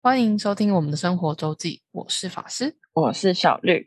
欢迎收听我们的生活周记，我是法师， 我是小绿。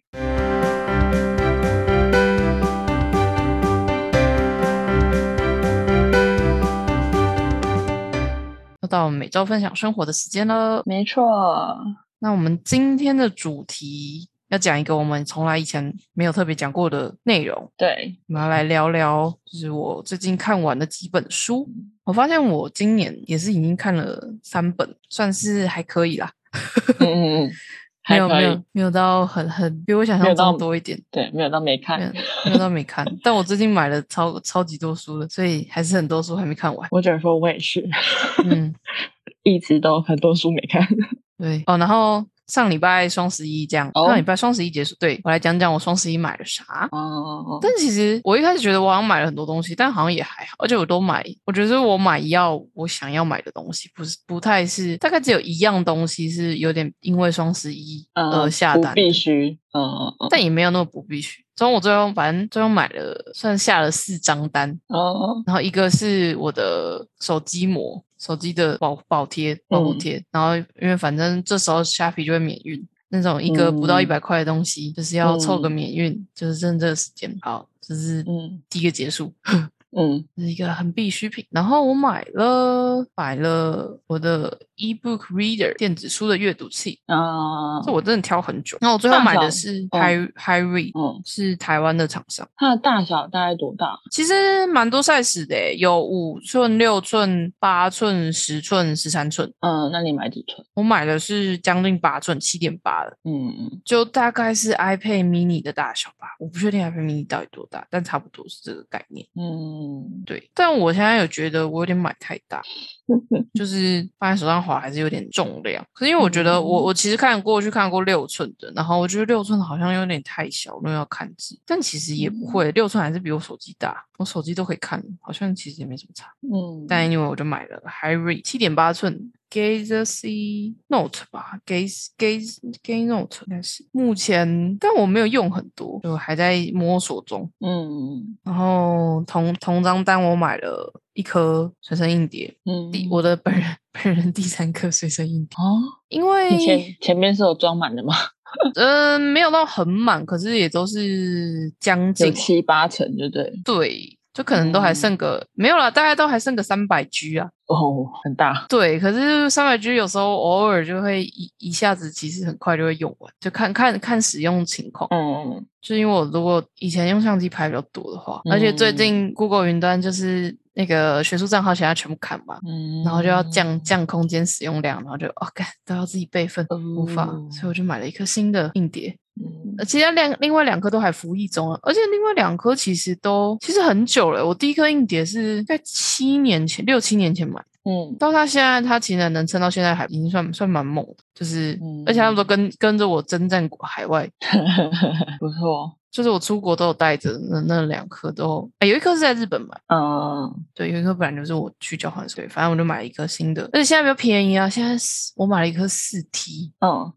又到我们每周分享生活的时间了。 没错， 那我们今天的主题要讲一个我们从来以前没有特别讲过的内容。 对， 我们要来聊聊就是我最近看完的几本书。我发现我今年也是已经看了3本，算是还可以啦。 还可以， 没有到很比我想象中多一点。 对，没有到没看， 没有到没看。但我最近买了超级多书的，所以还是很多书还没看完。 我只能说我也是，一直都很多书没看。 对哦，然后上礼拜双11这样，上礼拜双11结束，对，我来讲讲我双11买了啥。但其实我一开始觉得我好像买了很多东西，但好像也还好，而且我都买，我觉得我买我想要买的东西，不太是，大概只有一样东西是有点因为双11而下单的， 不必须， 但也没有那么不必须。从我反正最后买了，算下了4张单，然后一个是我的手机膜，手机的保护贴，然后因为反正这时候虾皮就会免运，那种一个不到100块的东西，就是要凑个免运，就是趁这个时间。好，这是第一个结束。这是一个很必需品。然后我买了我的 ebook reader 电子书的阅读器，这我真的挑很久。那我最后买的是 High Read，是台湾的厂商。 它的大小大概多大？ 其实蛮多 size 的耶，有5寸、6寸、8寸、10寸、13寸。 那你买几寸？ 我买的是将近8寸，7.8的。就大概是 iPad mini 的大小吧，我不确定 iPad mini 到底多大，但差不多是这个概念。对，但我现在有觉得我有点买太大，就是放在手上滑还是有点重量。可是因为我觉得我其实看过6寸的，然后我觉得6寸好像有点太小，如果要看字，但其实也不会，6寸还是比我手机大，我手机都可以看，好像其实也没什么差。但因为我就买了 High Read 7.8寸 Galaxy Note 吧 Galaxy Note 应该是目前，但我没有用很多，就还在摸索中。然后同张单我买了1颗随身硬碟，我的本人第3颗随身硬碟。因为你前面是有装满的吗？ 没有到很满，可是也都是将近有7、8成，就对，就可能都还剩个没有啦，大概都还剩个300G 啊。 很大。 对，可是300G 有时候偶尔就会一下子，其实很快就会用完，就看使用情况。就因为我如果以前用相机拍比较多的话，而且最近 Google 云端就是那个学术账号现在全部砍嘛，然后就要降空间使用量，然后就都要自己备份，无法，所以我就买了1颗新的硬碟。其实另外2颗都还服役中了，而且另外2颗其实很久了。我第一颗硬碟是在6、7年前买的。到它现在，它其实能撑到现在，还已经算蛮猛的，就是而且他们都跟着我征战海外， 不错。 就是我出国都有带着那2颗都，有1颗是在日本买，对，有1颗本来就是我去交换，对，反正我就买了1颗新的，而且现在比较便宜啊，现在我买了1颗4T，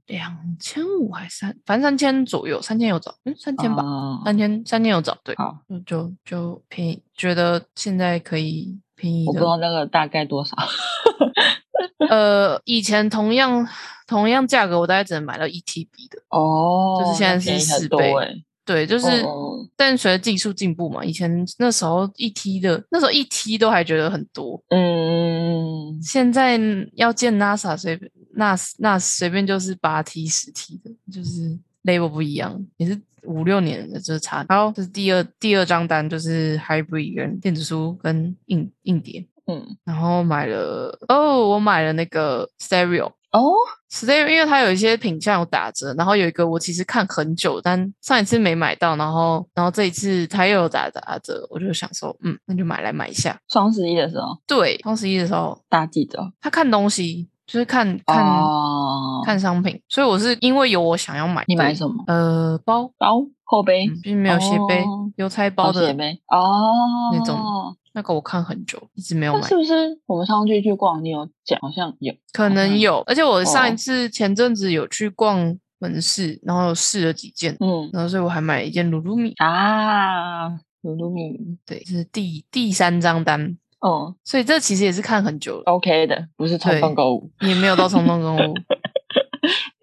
2500还是反正3000左右，3000有找，3000吧，3000有找，对，就便宜，觉得现在可以便宜的， 我不知道那个大概多少。 以前同样价格，我大概只能买到1TB 的，就是现在是4倍。对，就是，但随着技术进步嘛，以前那时候1T 都还觉得很多，现在要建 NASA 随便就是8T 10T 的，就是 level 不一样，也是5、6年的这差。好，这是第二张单，就是 Hybrid 跟电子书跟硬碟，然后我买了那个 Stereo。Stereo 因为它有一些品项有打折，然后有一个我其实看很久，但上一次没买到，然后这一次它又有打折，我就想说，那就买一下。 双11的时候， 对，双11的时候， 大记者他看东西就是看商品，所以我是因为有我想要买。 你买什么？ 包后背， 并没有斜背，邮差包的斜背那种。那个我看很久，一直没有买。 是不是我们上次去逛，你有讲好像有？ 可能有，而且我上一次前阵子有去逛门市，然后试了几件，然后所以我还买了一件鲁鲁米鲁鲁米， 对，是第3张单。所以这其实也是看很久了。 OK 的，不是冲动购物， 也没有到冲动购物。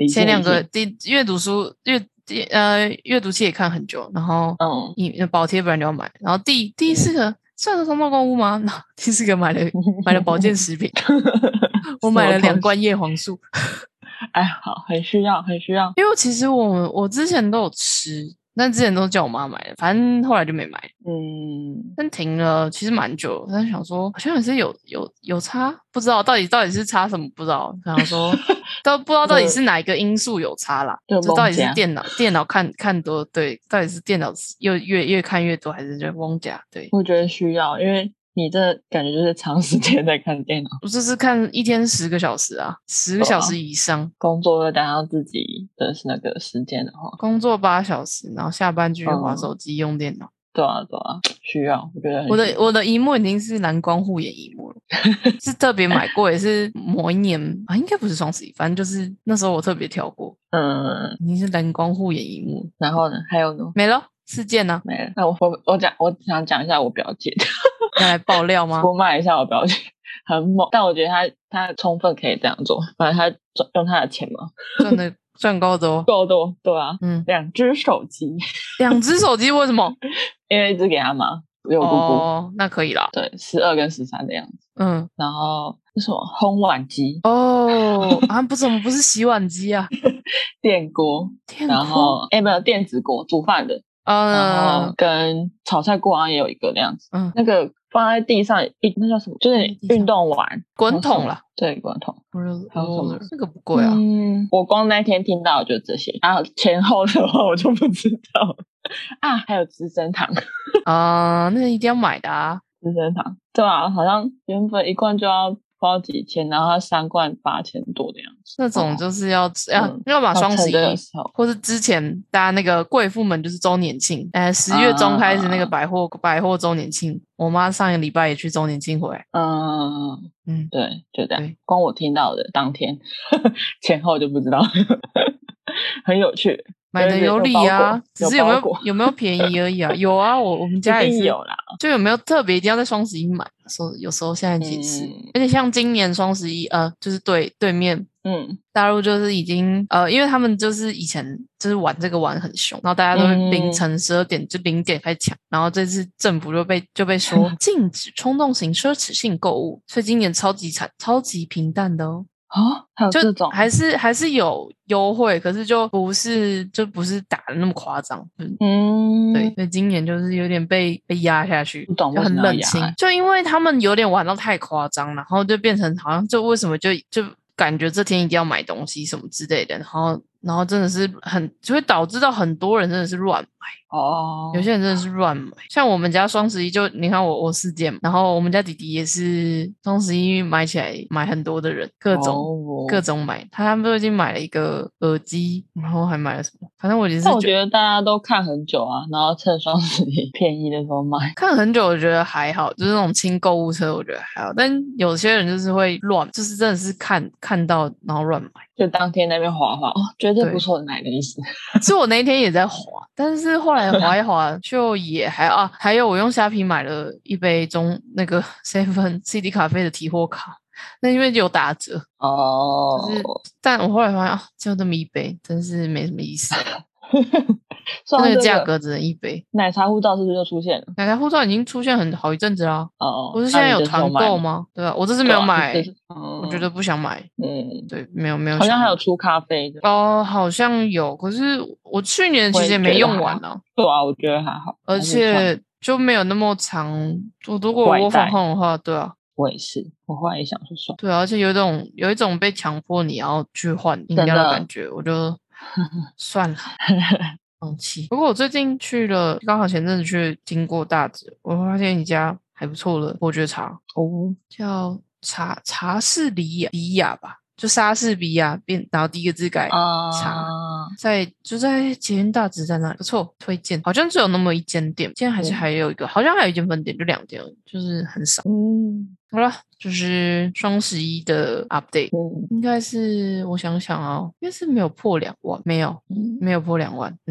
前2个阅读书阅读器也看很久，然后保贴本来就要买，然后第4个算是冲动购物吗？然后第4个买了保健食品，我买了2罐叶黄素。 哎，好，很需要， 因为其实我之前都有吃，但之前都叫我妈买的，反正后来就没买。但停了其实蛮久，但想说好像也是有差，不知道到底是差什么，不知道。想说都不知道到底是哪一个因素有差啦，就到底是电脑看多，对，到底是电脑越看越多，还是就翁甲？对， 我觉得需要，因为你这感觉就是长时间在看电脑。 我就是看一天10个小时啊，10个小时以上。 工作又达到自己的那个时间的话， 工作8小时，然后下班继续滑手机用电脑。 对啊，需要，我觉得很需要。我的萤幕已经是蓝光护眼萤幕了，是特别买过，也是某一年啊，应该不是双11，反正就是那时候我特别挑过。已经是蓝光护眼萤幕。 然后呢？还有呢？ 没了，4件呢？ 没了。那我想讲一下我表姐的。 要来爆料吗？ 出卖一下我表姐，很猛，但我觉得他充分可以这样做，反正他用他的钱嘛， 赚够多， 对啊，2只手机 ，2只手机为什么？ 因为一只给他妈，有姑姑， 那可以啦， 对，12跟13的样子，然后是什么烘碗机怎么不是洗碗机啊？ 电锅，然后没有电子锅煮饭的，然后跟炒菜锅好像也有一个那样子，那个放在地上那叫什么？就是运动碗滚筒啦， 对，滚筒。还有什么？ 这个不贵啊。 我光那天听到就这些，然后前后的话我就不知道了啊。还有资生堂那一定要买的啊， 资生堂对啊，好像原本1罐就要包几千，然后它3罐8000多的样子。 那种就是要把双11，或是之前大家那个贵妇们就是周年庆，10月中开始那个百货周年庆，我妈上一个礼拜也去周年庆回来。 对，就这样。光我听到的当天前后就不知道很有趣。 买的有理啊，只是有没有便宜而已啊。有啊，我们家也是有啦。 就有没有特别一定要在双11买？有时候现在解释，而且像今年双11，就是对面，大陆就是已经因为他们就是以前就是玩这个玩很凶，然后大家都凌晨12点就0点开始抢，然后这次政府就被说禁止冲动型奢侈性购物，所以今年超级惨，超级平淡的哦。 还有这种， 还是有优惠，可是就不是打的那么夸张。对，所以今年就是有点被压下去，就很冷清。就因为他们有点玩到太夸张，然后就变成好像就为什么就感觉这天一定要买东西什么之类的，然后真的是就会导致到很多人真的是乱买。有些人真的是乱买，像我们家双11就你看我4件，然后我们家弟弟也是双11买起来买很多的人，各种买，他们都已经买了一个耳机，然后还买了什么，反正我也是。 但我觉得大家都看很久啊，然后趁双11便宜的时候买， 看很久我觉得还好，就是那种轻购物车我觉得还好，但有些人就是会乱，就是真的是看到然后乱买， 就当天那边滑觉得不错的买的意思。 所以我那一天也在滑，但是后来滑一滑就也还有我用虾皮买了一杯那个 7 CD 咖啡的提货卡，那因为有打折就是但我后来发现就这么一杯真是没什么意思那个价格只能一杯。 奶茶护照是不是就出现了？ 奶茶护照已经出现好一阵子啦。不是现在有团购吗？对啊，我这次没有买，我觉得不想买。对，没有好像还有出咖啡的好像有，可是我去年其实也没用完啊。 对啊，我觉得还好， 而且就没有那么长。如果我放空的话，对啊， 我也是，我后来也想说算。 对啊，而且有一种被强迫你要去换饮料的感觉，我就算了。放弃。不过我最近去了，刚好前阵子去经过大直，我发现一家还不错的伯爵茶叫茶室里亚吧，就莎士比亚然后第一个字改茶，就在捷运大直站那里，不错，推荐。好像只有那么一间店，现在还有一个，好像还有一间分店，就2间，就是很少。好了，就是双11的 update，应该是我想想应该是没有破2万，没有破2万，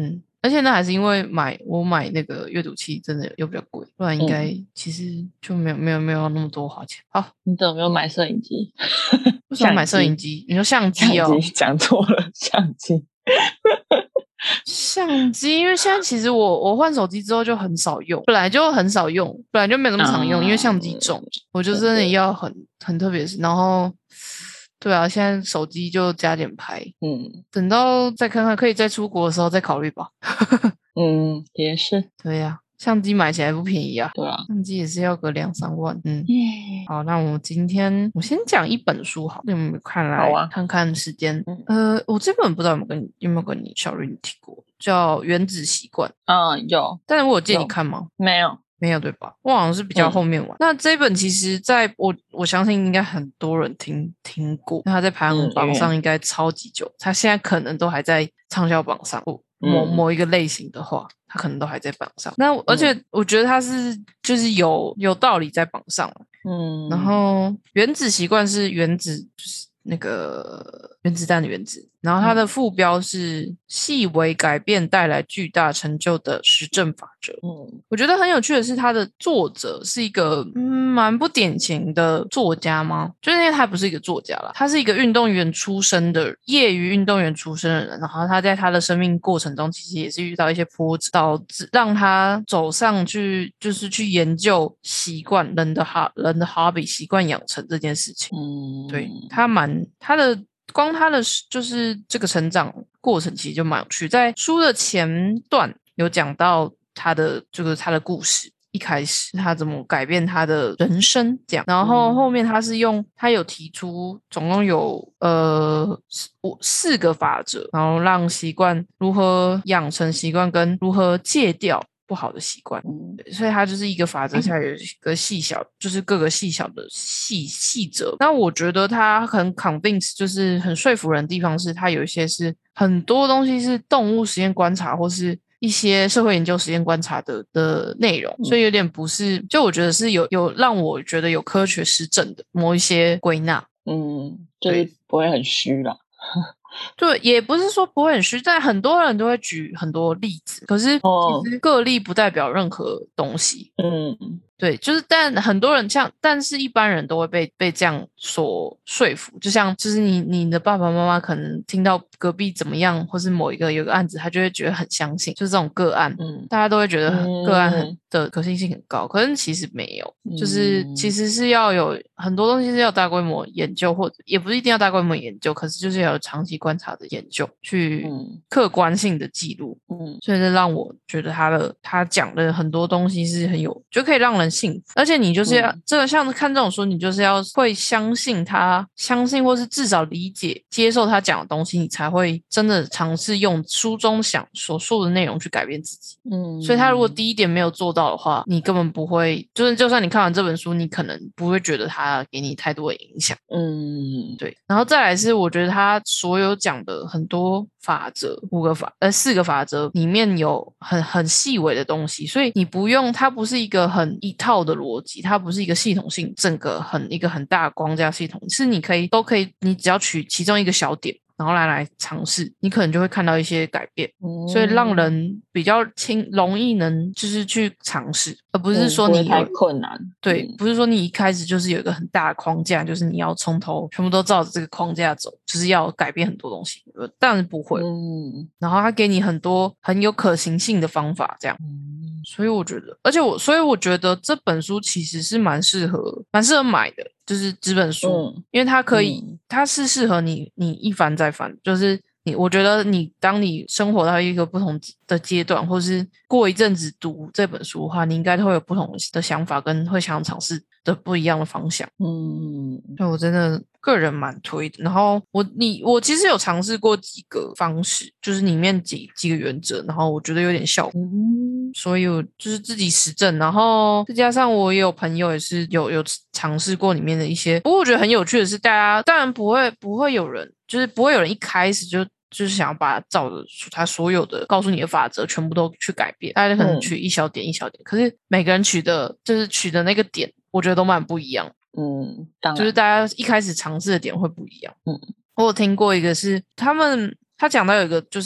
而且那还是因为我买那个阅读器真的又比较贵，不然应该其实就没有那么多花钱。好， 你怎么没有买摄影机？ 为什么买摄影机？你说相机哦？ 讲错了，相机。 相机，因为现在其实我换手机之后就很少用，本来就很少用，本来就没那么常用，因为相机重，我就真的要很特别的事。然后，对啊，现在手机就加减拍，等到再看看可以再出国的时候再考虑吧。 也是， 对呀。相机买起来不便宜啊， 对啊， 相机也是要个2-3万。好，那我先讲一本书好，你们看来看看时间。我这本不知道有没有跟你小瑞提过，叫《原子习惯》。 有， 但是我有借你看吗？ 没有对吧？我好像是比较后面玩。那这本其实我相信应该很多人听过，因为它在排行榜上应该超级久，它现在可能都还在畅销榜上。某一个类型的话，它可能都还在榜上。那而且我觉得它是就是有道理在榜上。然后原子习惯是原子，就是那个原子弹的原子。然后它的副标是细微改变带来巨大成就的实证法则。我觉得很有趣的是，它的作者是一个蛮不典型的作家吗？就是因为他不是一个作家啦，他是一个运动员出身的业余运动员出身的人。然后他在他的生命过程中，其实也是遇到一些波折，导致让他走上去，就是去研究习惯人的 hobby 习惯养成这件事情。对，光他的就是这个成长过程其实就蛮有趣，在书的前段有讲到他的故事，一开始他怎么改变他的人生这样，然后后面他有提出总共有4个法则，然后让习惯如何养成习惯跟如何戒掉不好的习惯。所以它就是一个法则下有一个就是各个细小的细则。那我觉得它很 convince， 就是很说服人的地方是，它有一些是很多东西是动物实验观察或是一些社会研究实验观察的内容，所以有点不是，就我觉得是有让我觉得有科学实证的某一些归纳。 就是不会很虚啦。 对，也不是说不会很虚，但很多人都会举很多例子，可是其实个例不代表任何东西。对，就是但很多人但是一般人都会被这样所说服，就像就是你的爸爸妈妈可能听到隔壁怎么样，或是有个案子，他就会觉得很相信，就是这种个案，大家都会觉得个案的可信性很高，可是其实没有，就是其实是要有很多东西是要大规模研究，或者也不是一定要大规模研究，可是就是要有长期观察的研究，去客观性的记录。所以这让我觉得他讲的很多东西是就可以让人幸福，而且你就是要这个像看这种书，你就是要会相信或是至少理解接受他讲的东西，你才会真的尝试用书中所说的内容去改变自己。所以他如果第一点没有做到的话，你根本不会，就算你看完这本书，你可能不会觉得他给你太多的影响。对。然后再来是我觉得他所有讲的很多法则4个法则里面有很细微的东西，所以你不用，它不是一个很一套的逻辑，它不是一个系统性整个一个很大的框架系统，是你都可以，你只要取其中一个小点，然后来尝试，你可能就会看到一些改变。所以让人比较容易能就是去尝试，而不是说你太困难。 对，不是说你一开始就是有一个很大的框架，就是你要从头全部都照着这个框架走，就是要改变很多东西。当然不会。然后他给你很多很有可行性的方法，这样。所以我觉得，所以我觉得这本书其实是蛮适合买的，就是纸本书，因为它是适合你一翻再翻，就是我觉得当你生活到一个不同的阶段，或是过一阵子读这本书的话，你应该都会有不同的想法，跟会想尝试的不一样的方向。所以我真的个人蛮推的。然后我其实有尝试过几个方式，就是里面几个原则，然后我觉得有点效果。所以我就是自己实证，然后再加上我也有朋友也是有尝试过里面的一些。不过我觉得很有趣的是，大家当然不会有人，就是不会有人一开始就是想要把照着他所有的告诉你的法则全部都去改变，大家可能取一小点一小点，可是每个人取的那个点，我觉得都蛮不一样。就是大家一开始尝试的点会不一样。我有听过一个是他讲到有一个就是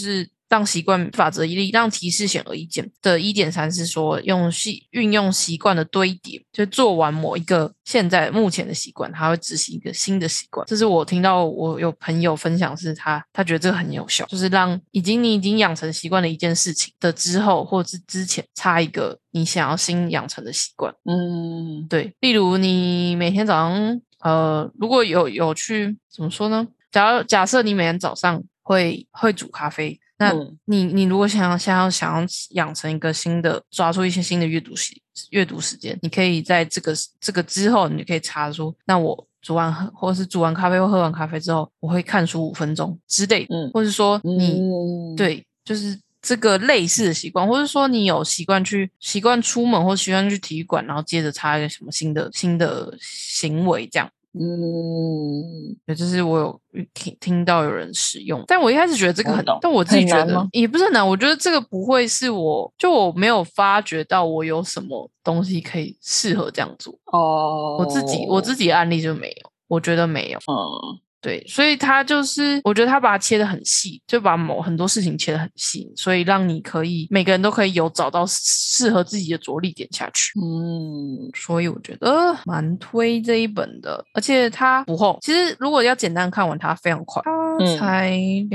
让习惯法则一例，让提示显而易见的 1.3 是说运用习惯的堆叠，就做完某一个现在目前的习惯，他会执行一个新的习惯。这是我听到我有朋友分享，是他觉得这个很有效，就是让你已经养成习惯的一件事情的之后或是之前插一个你想要新养成的习惯。对，例如你每天早上如果有去怎么说呢，假设你每天早上会煮咖啡，那你如果想要养成一个新的，抓出一些新的阅读时间，你可以在这个之后，你可以查说，那我煮完咖啡或喝完咖啡之后，我会看书5分钟之类的，或是说对，就是这个类似的习惯，或者说你有习惯出门或习惯去体育馆，然后接着插一个什么新的行为这样。对，这是我有听到有人使用，但我一开始觉得这个但我自己觉得也不是很难。我觉得这个不会是我没有发觉到我有什么东西可以适合这样做。我自己的案例就没有，我觉得没有。对，所以他就是我觉得他把它切得很细，就把很多事情切得很细，所以让你每个人都可以找到适合自己的着力点下去。所以我觉得蛮推这一本的，而且它不厚，其实如果要简单看完它非常快，它才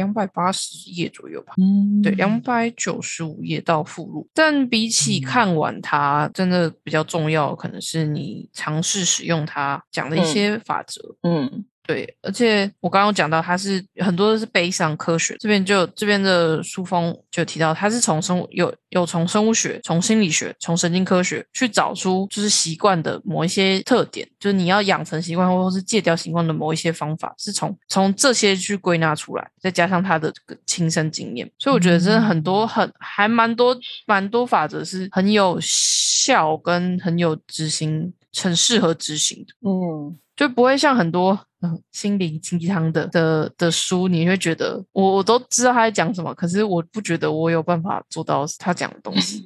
280页左右吧。对，295页到附录。但比起看完它，真的比较重要可能是你尝试使用它讲的一些法则。对，而且我刚刚讲到它是很多都是悲伤科学，这边的书封就提到它是从从生物学、从心理学、从神经科学去找出就是习惯的某一些特点，就是你要养成习惯或是戒掉习惯的某一些方法，是从这些去归纳出来，再加上他的亲身经验，所以我觉得真的还蛮多法则是很有效跟很适合执行的。就不会像很多心灵鸡汤的书，你会觉得我都知道他在讲什么，可是我不觉得我有办法做到他讲的东西。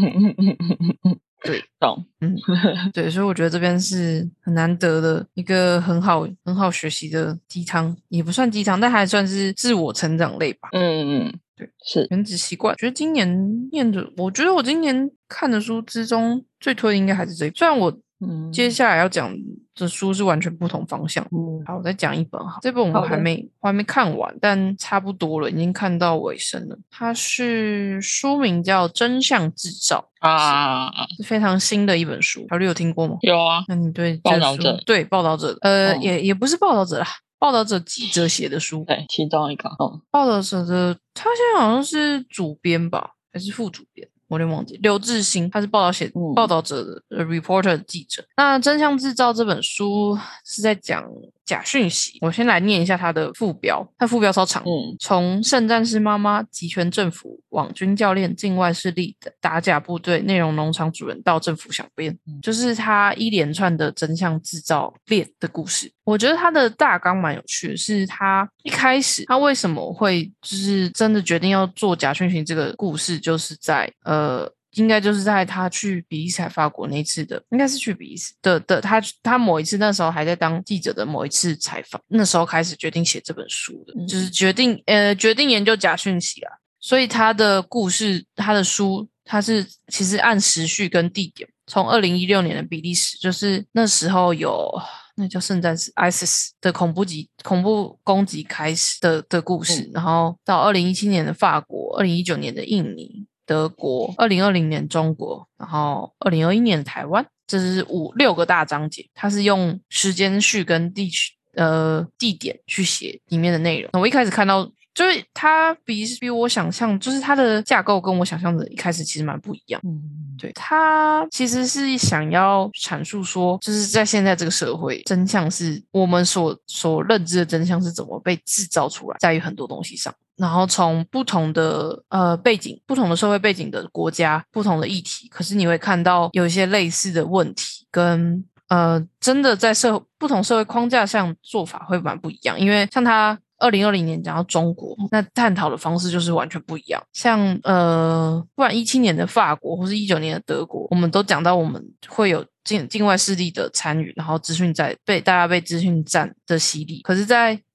对， 懂。 对，所以我觉得这边是很难得的一个很好学习的鸡汤，也不算鸡汤，但还算是自我成长类吧。对， 是原子习惯。觉得今年我觉得我今年看的书之中最推的应该还是这一本，虽然我接下来要讲的书是完全不同方向。好，我再讲一本好，这本我还没看完，但差不多了，已经看到尾声了。它是书名叫《真相制造》是非常新的一本书。小绿有听过吗？ 有啊。 那你对报道者？ 对，报道者也不是报道者啦，报道者记者写的书。 对，其中一个。 报道者的他现在好像是主编吧，还是副主编？我有点忘记，刘志兴他是报道者的 reporter 的记者。那《真相制造》这本书是在讲假讯息。我先来念一下它的副标，它副标超长。从圣战士妈妈、集权政府、网军教练、境外势力的打假部队、内容农场主人到政府小编，就是他一连串的真相制造链的故事。我觉得他的大纲蛮有趣的，是他一开始他为什么会就是真的决定要做假讯息这个故事，就是在应该就是在他去比利时还法国那一次的，应该是去比利时的他某一次那时候还在当记者的某一次采访，那时候开始决定写这本书的，就是决定研究假讯息啊。所以他的故事，他的书，他是其实按时序跟地点，从2016年的比利时，就是那时候有那叫圣战士 ISIS 的恐怖攻击开始的故事，然后到2017年的法国，2019年的印尼、德国，2020年中国，然后2021年的台湾，这是6个大章节，它是用时间序跟地点去写里面的内容。我一开始看到就是它比我想象，就是它的架构跟我想象的一开始其实蛮不一样。对，它其实是想要阐述说，就是在现在这个社会，真相是我们所认知的真相是怎么被制造出来，在于很多东西上。然后从不同的背景、不同的社会背景的国家、不同的议题，可是你会看到有一些类似的问题跟真的在不同社会框架上做法会蛮不一样。因为像他2020年讲到中国，那探讨的方式就是完全不一样。像不管17年的法国或是19年的德国，我们都讲到我们会有境外势力的参与，然后大家被资讯战的洗礼。可是在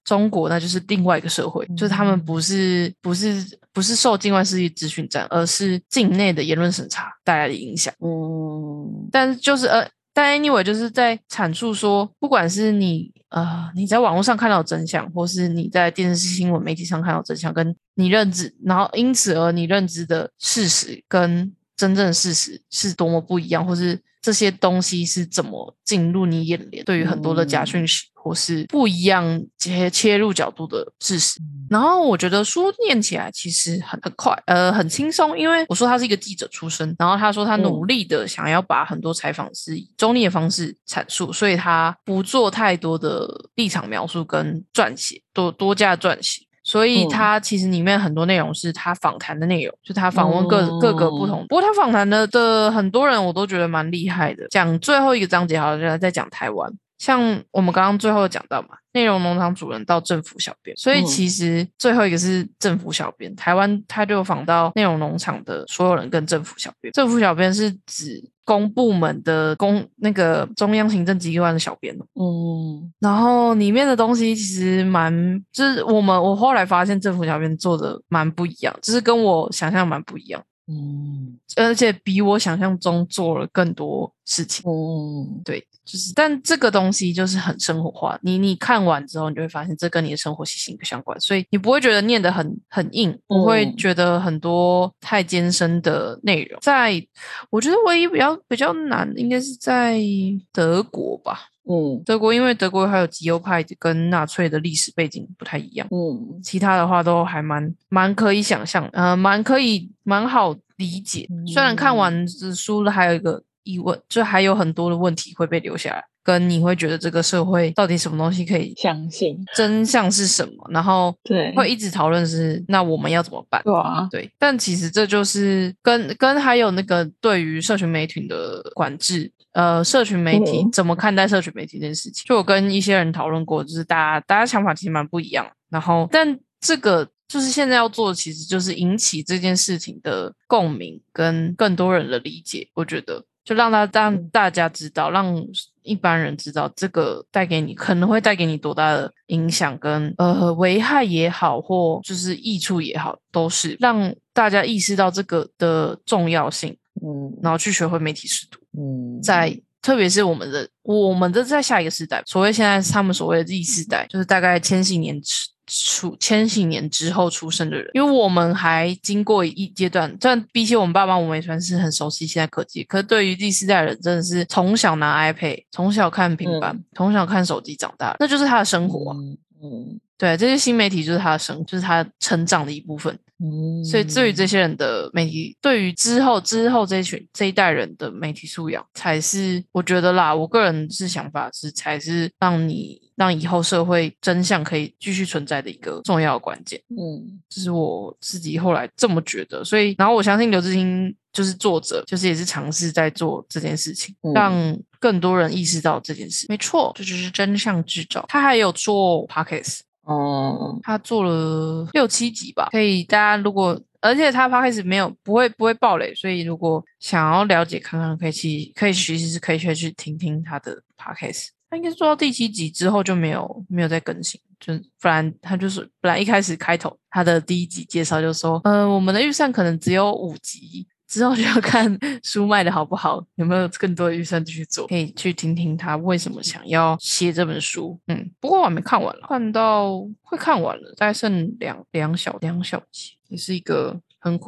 中国那就是另外一个社会，就是他们不是受境外势力资讯战，而是境内的言论审查带来的影响。但是就是但 anyway 就是在阐述说，不管是你在网络上看到的真相，或是你在电视新闻媒体上看到的真相，跟你认知，然后因此而你认知的事实跟真正的事实是多么不一样，或是这些东西是怎么进入你眼帘，对于很多的假讯息或是不一样切入角度的事实。然后我觉得书念起来其实很快，很轻松，因为我说他是一个记者出身，然后他说他努力的想要把很多采访是以中立的方式阐述，所以他不做太多的立场描述跟撰写，多加撰写。所以他其实里面很多内容是他访谈的内容，就他访问各个不同。不过他访谈的很多人我都觉得蛮厉害的。讲最后一个章节好像在讲台湾，像我们刚刚最后讲到嘛，内容农场主人到政府小编，所以其实最后一个是政府小编。台湾他就访到内容农场的所有人跟政府小编，政府小编是指公部门的那个中央行政机关的小编。然后里面的东西其实就是我后来发现政府小编做的蛮不一样，就是跟我想象蛮不一样。而且比我想象中做了更多事情。对，就是但这个东西就是很生活化，你看完之后你就会发现这跟你的生活息息相关，所以你不会觉得念得很硬，不会觉得很多太艰深的内容。我觉得唯一比较难应该是在德国吧。德国因为德国还有极右派跟纳粹的历史背景不太一样。其他的话都还蛮可以想象，蛮好理解。虽然看完书了还有一个疑问，就还有很多的问题会被留下来，跟你会觉得这个社会到底什么东西可以相信， 真相是什么，然后会一直讨论是那我们要怎么办。对，但其实这就是跟还有那个对于社群媒体的管制，社群媒体怎么看待社群媒体这件事情，就我跟一些人讨论过，就是大家想法其实蛮不一样，然后但这个就是现在要做的其实就是引起这件事情的共鸣跟更多人的理解。我觉得就让大家知道，让一般人知道这个可能会带给你多大的影响跟危害也好，或就是益处也好，都是让大家意识到这个的重要性。然后去学会媒体识读。特别是我们的在下一个时代，所谓现在他们所谓的 Z 世代，就是大概千禧年之后出生的人，因为我们还经过一阶段，但比起我们爸妈，我们也算是很熟悉现在科技。可是对于 Z 世代的人，真的是从小拿 iPad， 从小看平板，从小看手机长大，那就是他的生活啊。对，这些新媒体就是他的就是他成长的一部分。所以至于这些人的媒体，对于之后这一代人的媒体素养，才是我觉得啦，我个人是想法是才是让以后社会真相可以继续存在的一个重要的关键。这是我自己后来这么觉得。所以然后我相信刘志兴就是作者，就是也是尝试在做这件事情，让更多人意识到这件事。没错，这就是真相制造。他还有做 podcast，他做了6-7集吧，可以大家如果，而且他 podcast 不会爆雷，所以如果想要了解看看，可以其实是可以去听听他的 podcast。他应该是做到第7集之后就没有再更新，就不然他就是本来一开始开头他的第1集介绍就说，我们的预算可能只有5集。之后就要看书卖的好不好，有没有更多的预算继续做，可以去听听他为什么想要写这本书。不过我还没看完了，快看完了，大概剩两小集，也是一个很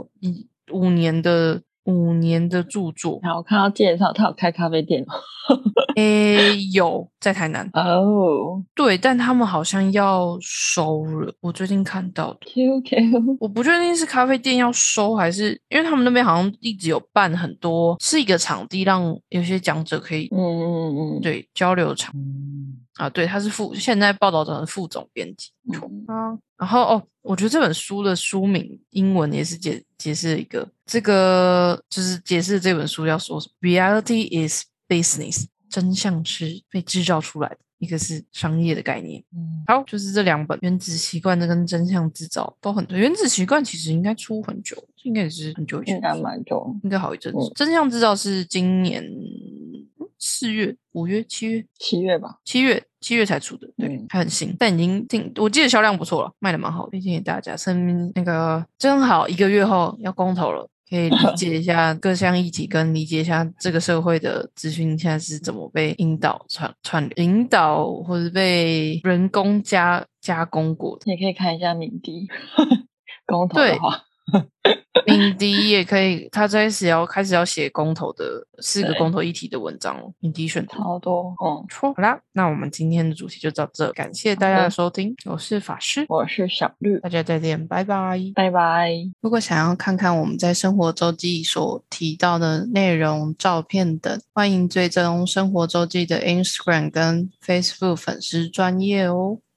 5年的著作。 好，我看到介绍他有开咖啡店。 有在台南对，但他们好像要收了，我最近看到的。我不确定是咖啡店要收，还是因为他们那边好像一直有办很多，是一个场地让有些讲者可以对交流场。对，他是现在报道者的副总编辑。然后我觉得这本书的书名英文也是解释了一个，这个就是解释这本书要说什么。Reality is business， 真相是被制造出来的，一个是商业的概念。好，就是这2本原子习惯跟真相制造都很多。原子习惯其实应该出很久，应该也是很久以前， 应该蛮久， 应该好一阵子。真相制造是今年 4月、5月、 7月吧 ，7月才出的，对，还很新，但已经我记得销量不错了，卖的蛮好的，推荐给大家。那个正好1个月后要公投了。可以理解一下各项议题，跟理解一下这个社会的资讯现在是怎么被引导引导，或者被人工加工过的。 也可以看一下敏迪公投的话， 敏迪也可以，他开始要写公投的4个公投议题的文章了。敏迪选读超多， 错。好啦，那我们今天的主题就到这，感谢大家的收听，我是法师， 我是小绿， 大家再见，拜拜， 拜拜。 如果想要看看我们在生活周记所提到的内容、照片等，欢迎追踪生活周记的 Instagram 跟 Facebook 粉丝专页哦。